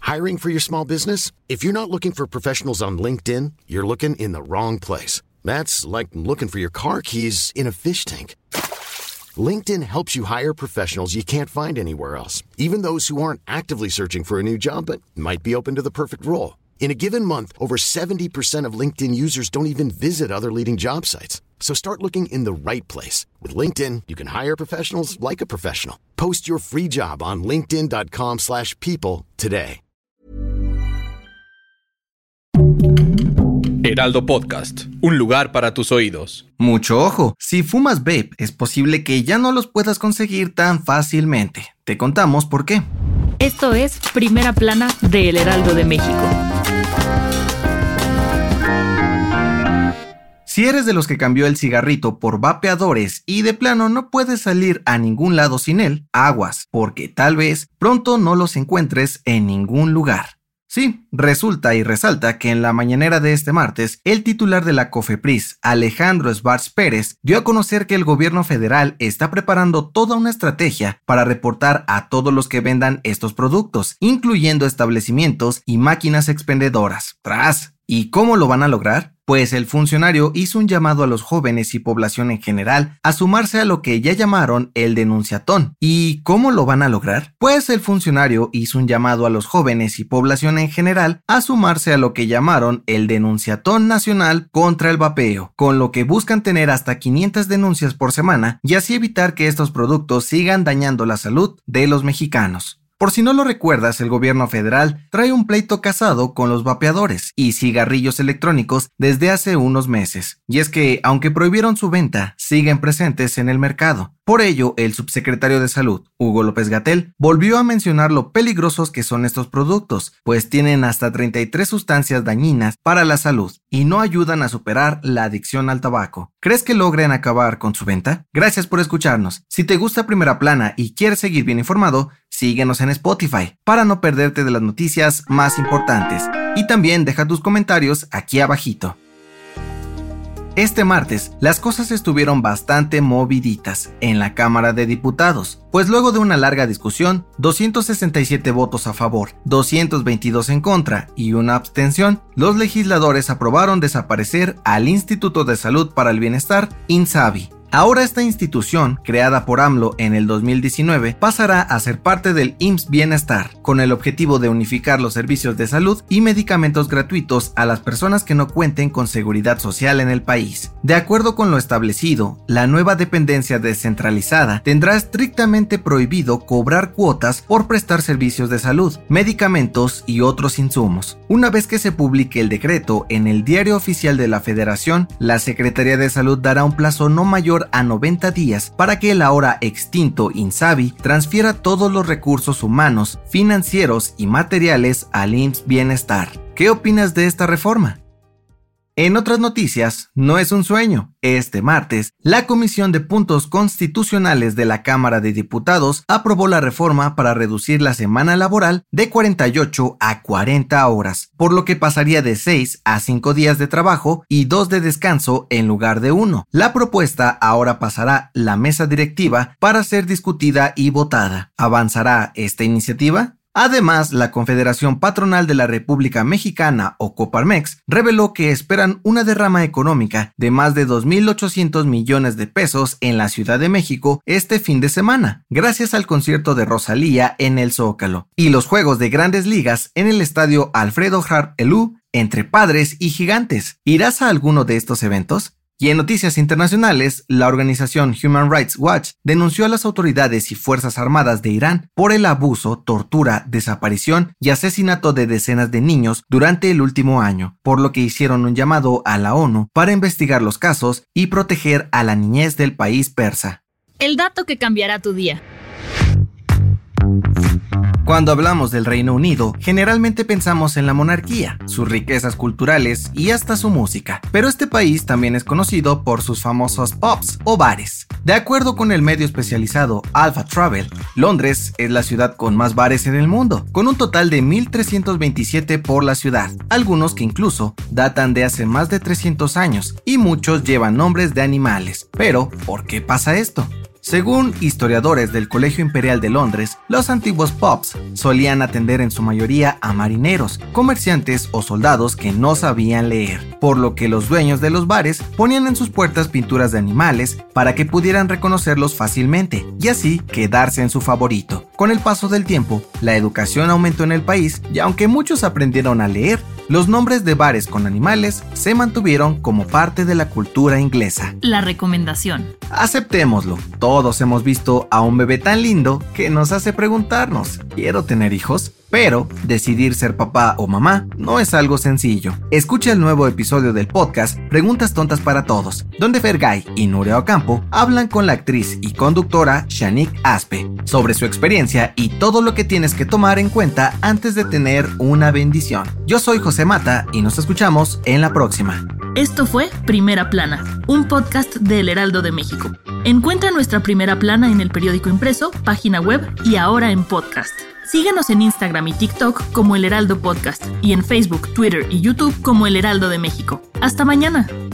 Hiring for your small business? If you're not looking for professionals on LinkedIn, you're looking in the wrong place. That's like looking for your car keys in a fish tank. LinkedIn helps you hire professionals you can't find anywhere else, even those who aren't actively searching for a new job but might be open to the perfect role. In a given month, over 70% of LinkedIn users don't even visit other leading job sites. So start looking in the right place. With LinkedIn, you can hire professionals like a professional. Post your free job on linkedin.com/people today. Heraldo Podcast, un lugar para tus oídos. Mucho ojo, si fumas vape, es posible que ya no los puedas conseguir tan fácilmente. Te contamos por qué. Esto es Primera Plana de El Heraldo de México. Si eres de los que cambió el cigarrito por vapeadores y de plano no puedes salir a ningún lado sin él, aguas, porque tal vez pronto no los encuentres en ningún lugar. Sí, resulta y resalta que en la mañanera de este martes, el titular de la COFEPRIS, Alejandro Schwartz Pérez, dio a conocer que el gobierno federal está preparando toda una estrategia para reportar a todos los que vendan estos productos, incluyendo establecimientos y máquinas expendedoras. ¿Y cómo lo van a lograr? Pues el funcionario hizo un llamado a los jóvenes y población en general a sumarse a lo que ya llamaron el denunciatón. ¿Y cómo lo van a lograr? Pues el funcionario hizo un llamado a los jóvenes y población en general a sumarse a lo que llamaron el denunciatón nacional contra el vapeo, con lo que buscan tener hasta 500 denuncias por semana y así evitar que estos productos sigan dañando la salud de los mexicanos. Por si no lo recuerdas, el gobierno federal trae un pleito casado con los vapeadores y cigarrillos electrónicos desde hace unos meses. Y es que, aunque prohibieron su venta, siguen presentes en el mercado. Por ello, el subsecretario de Salud, Hugo López-Gatell, volvió a mencionar lo peligrosos que son estos productos, pues tienen hasta 33 sustancias dañinas para la salud y no ayudan a superar la adicción al tabaco. ¿Crees que logren acabar con su venta? Gracias por escucharnos. Si te gusta Primera Plana y quieres seguir bien informado, síguenos en Spotify para no perderte de las noticias más importantes. Y también deja tus comentarios aquí abajito. Este martes, las cosas estuvieron bastante moviditas en la Cámara de Diputados, pues luego de una larga discusión, 267 votos a favor, 222 en contra y una abstención, los legisladores aprobaron desaparecer al Instituto de Salud para el Bienestar, INSABI. Ahora esta institución, creada por AMLO en el 2019, pasará a ser parte del IMSS Bienestar, con el objetivo de unificar los servicios de salud y medicamentos gratuitos a las personas que no cuenten con seguridad social en el país. De acuerdo con lo establecido, la nueva dependencia descentralizada tendrá estrictamente prohibido cobrar cuotas por prestar servicios de salud, medicamentos y otros insumos. Una vez que se publique el decreto en el Diario Oficial de la Federación, la Secretaría de Salud dará un plazo no mayor a 90 días para que el ahora extinto INSABI transfiera todos los recursos humanos, financieros y materiales al IMSS Bienestar. ¿Qué opinas de esta reforma? En otras noticias, no es un sueño. Este martes, la Comisión de Puntos Constitucionales de la Cámara de Diputados aprobó la reforma para reducir la semana laboral de 48 a 40 horas, por lo que pasaría de 6 a 5 días de trabajo y 2 de descanso en lugar de 1. La propuesta ahora pasará a la mesa directiva para ser discutida y votada. ¿Avanzará esta iniciativa? Además, la Confederación Patronal de la República Mexicana, o Coparmex, reveló que esperan una derrama económica de más de 2.800 millones de pesos en la Ciudad de México este fin de semana, gracias al concierto de Rosalía en el Zócalo y los juegos de Grandes Ligas en el estadio Alfredo Harp Elú entre Padres y Gigantes. ¿Irás a alguno de estos eventos? Y en noticias internacionales, la organización Human Rights Watch denunció a las autoridades y fuerzas armadas de Irán por el abuso, tortura, desaparición y asesinato de decenas de niños durante el último año, por lo que hicieron un llamado a la ONU para investigar los casos y proteger a la niñez del país persa. El dato que cambiará tu día. Cuando hablamos del Reino Unido, generalmente pensamos en la monarquía, sus riquezas culturales y hasta su música, pero este país también es conocido por sus famosos pubs o bares. De acuerdo con el medio especializado Alpha Travel, Londres es la ciudad con más bares en el mundo, con un total de 1.327 por la ciudad, algunos que incluso datan de hace más de 300 años y muchos llevan nombres de animales. Pero, ¿por qué pasa esto? Según historiadores del Colegio Imperial de Londres, los antiguos pubs solían atender en su mayoría a marineros, comerciantes o soldados que no sabían leer, por lo que los dueños de los bares ponían en sus puertas pinturas de animales para que pudieran reconocerlos fácilmente y así quedarse en su favorito. Con el paso del tiempo, la educación aumentó en el país y aunque muchos aprendieron a leer, los nombres de bares con animales se mantuvieron como parte de la cultura inglesa. La recomendación. Aceptémoslo, todos hemos visto a un bebé tan lindo que nos hace preguntarnos, ¿quiero tener hijos? Pero decidir ser papá o mamá no es algo sencillo. Escucha el nuevo episodio del podcast Preguntas Tontas para Todos, donde Fergay y Nuria Ocampo hablan con la actriz y conductora Shanique Aspe sobre su experiencia y todo lo que tienes que tomar en cuenta antes de tener una bendición. Yo soy José Mata y nos escuchamos en la próxima. Esto fue Primera Plana, un podcast del Heraldo de México. Encuentra nuestra Primera Plana en el periódico impreso, página web y ahora en podcast. Síguenos en Instagram y TikTok como El Heraldo Podcast y en Facebook, Twitter y YouTube como El Heraldo de México. ¡Hasta mañana!